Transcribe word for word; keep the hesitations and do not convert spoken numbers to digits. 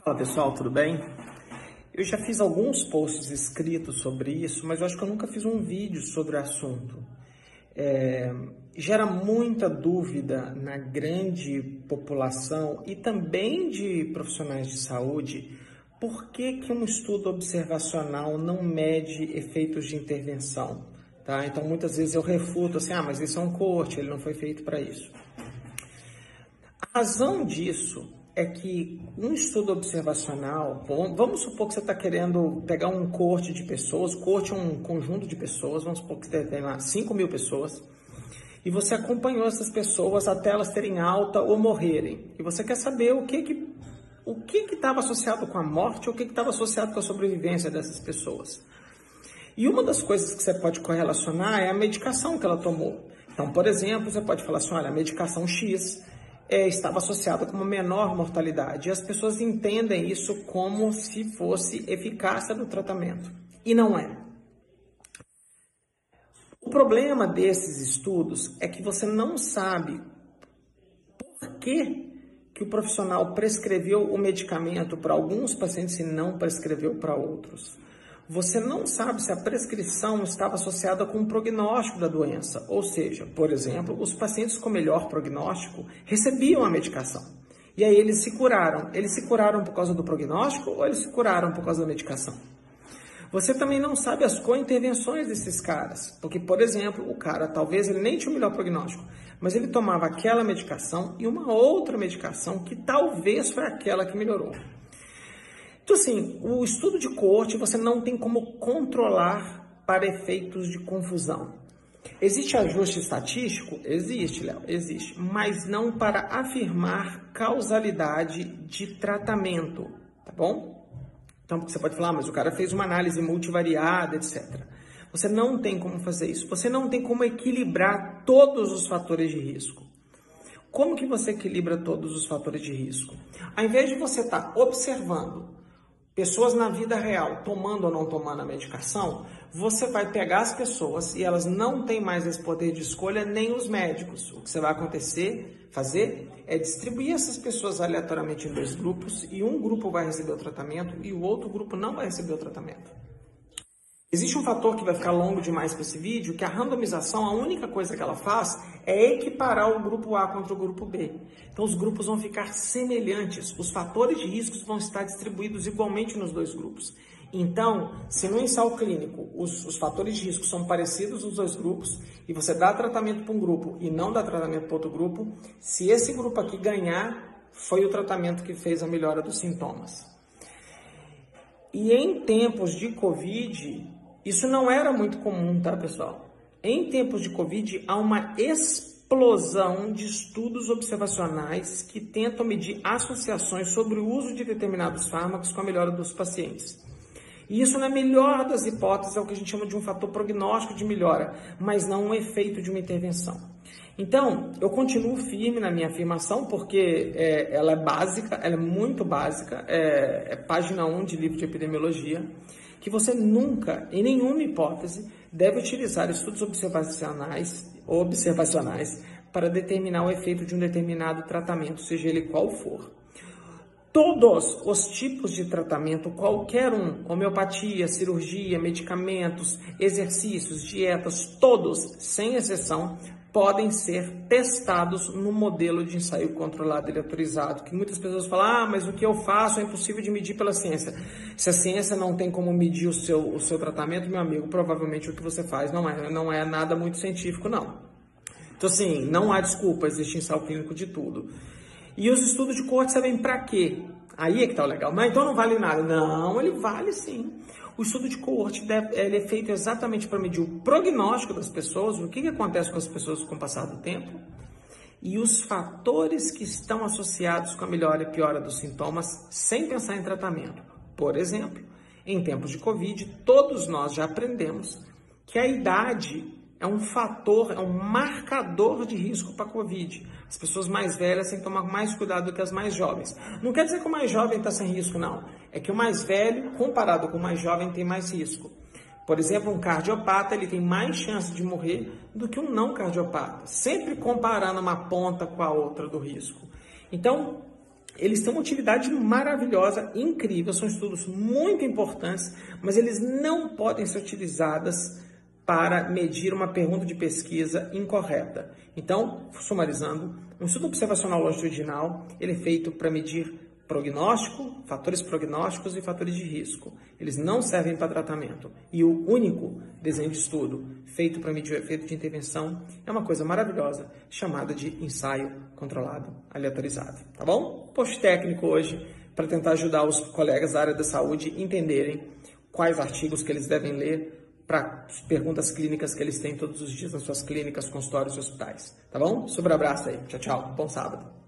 Fala pessoal, tudo bem? Eu já fiz alguns posts escritos sobre isso, mas eu acho que eu nunca fiz um vídeo sobre o assunto. É, gera muita dúvida na grande população e também de profissionais de saúde por que que um estudo observacional não mede efeitos de intervenção, tá? Então muitas vezes eu refuto assim, ah, mas isso é um corte, ele não foi feito para isso. A razão disso é que um estudo observacional, vamos supor que você está querendo pegar um coorte de pessoas, coorte é um conjunto de pessoas, vamos supor que você tem lá cinco mil pessoas, e você acompanhou essas pessoas até elas terem alta ou morrerem, e você quer saber o que que o que que estava associado com a morte ou o que que estava associado com a sobrevivência dessas pessoas. E uma das coisas que você pode correlacionar é a medicação que ela tomou. Então, por exemplo, você pode falar assim, olha, a medicação X É, estava associada com uma menor mortalidade. E as pessoas entendem isso como se fosse eficácia do tratamento. E não é. O problema desses estudos é que você não sabe por que, que o profissional prescreveu o medicamento para alguns pacientes e não prescreveu para outros. Você não sabe se a prescrição estava associada com o prognóstico da doença, ou seja, por exemplo, os pacientes com melhor prognóstico recebiam a medicação, e aí eles se curaram. Eles se curaram por causa do prognóstico ou eles se curaram por causa da medicação? Você também não sabe as co-intervenções desses caras, porque, por exemplo, o cara talvez ele nem tinha o melhor prognóstico, mas ele tomava aquela medicação e uma outra medicação que talvez foi aquela que melhorou. Então, assim, o estudo de coorte você não tem como controlar para efeitos de confusão. Existe ajuste estatístico? Existe, Léo, existe, mas não para afirmar causalidade de tratamento, tá bom? Então, você pode falar, ah, mas o cara fez uma análise multivariada, etcétera. Você não tem como fazer isso, você não tem como equilibrar todos os fatores de risco. Como que você equilibra todos os fatores de risco? Ao invés de você estar observando pessoas na vida real tomando ou não tomando a medicação, você vai pegar as pessoas e elas não têm mais esse poder de escolha, nem os médicos. O que você vai acontecer, fazer, é distribuir essas pessoas aleatoriamente em dois grupos e um grupo vai receber o tratamento e o outro grupo não vai receber o tratamento. Existe um fator que vai ficar longo demais para esse vídeo, que a randomização, a única coisa que ela faz é equiparar o grupo A contra o grupo B. Então os grupos vão ficar semelhantes, os fatores de riscos vão estar distribuídos igualmente nos dois grupos. Então, se no ensaio clínico os, os fatores de risco são parecidos nos dois grupos e você dá tratamento para um grupo e não dá tratamento para outro grupo, se esse grupo aqui ganhar, foi o tratamento que fez a melhora dos sintomas. E em tempos de Covid, isso não era muito comum, tá, pessoal? Em tempos de Covid, há uma explosão de estudos observacionais que tentam medir associações sobre o uso de determinados fármacos com a melhora dos pacientes. E isso, na melhor das hipóteses, é o que a gente chama de um fator prognóstico de melhora, mas não um efeito de uma intervenção. Então, eu continuo firme na minha afirmação, porque é, ela é básica, ela é muito básica, é, é página um de livro de epidemiologia, que você nunca, em nenhuma hipótese, deve utilizar estudos observacionais, observacionais para determinar o efeito de um determinado tratamento, seja ele qual for. Todos os tipos de tratamento, qualquer um, homeopatia, cirurgia, medicamentos, exercícios, dietas, todos, sem exceção, podem ser testados no modelo de ensaio controlado e autorizado, que muitas pessoas falam, ah, mas o que eu faço é impossível de medir pela ciência. Se a ciência não tem como medir o seu, o seu tratamento, meu amigo, provavelmente o que você faz não é, não é nada muito científico, não. Então, assim, não há desculpa, existe ensaio clínico de tudo. E os estudos de coorte servem para quê? Aí é que tá o legal. Mas então não vale nada. Não, ele vale sim. O estudo de coorte deve, ele é feito exatamente para medir o prognóstico das pessoas, o que, que acontece com as pessoas com o passar do tempo, e os fatores que estão associados com a melhora e piora dos sintomas, sem pensar em tratamento. Por exemplo, em tempos de Covid, todos nós já aprendemos que a idade é um fator, é um marcador de risco para a Covid. As pessoas mais velhas têm que tomar mais cuidado do que as mais jovens. Não quer dizer que o mais jovem está sem risco, não. É que o mais velho, comparado com o mais jovem, tem mais risco. Por exemplo, um cardiopata ele tem mais chance de morrer do que um não cardiopata. Sempre comparando uma ponta com a outra do risco. Então, eles têm uma utilidade maravilhosa, incrível, são estudos muito importantes, mas eles não podem ser utilizados para medir uma pergunta de pesquisa incorreta. Então, sumarizando, um estudo observacional longitudinal, ele é feito para medir prognóstico, fatores prognósticos e fatores de risco. Eles não servem para tratamento. E o único desenho de estudo feito para medir o efeito de intervenção é uma coisa maravilhosa, chamada de ensaio controlado aleatorizado. Tá bom? Post técnico hoje para tentar ajudar os colegas da área da saúde a entenderem quais artigos que eles devem ler para perguntas clínicas que eles têm todos os dias nas suas clínicas, consultórios e hospitais. Tá bom? Sobre abraço aí. Tchau, tchau. Bom sábado.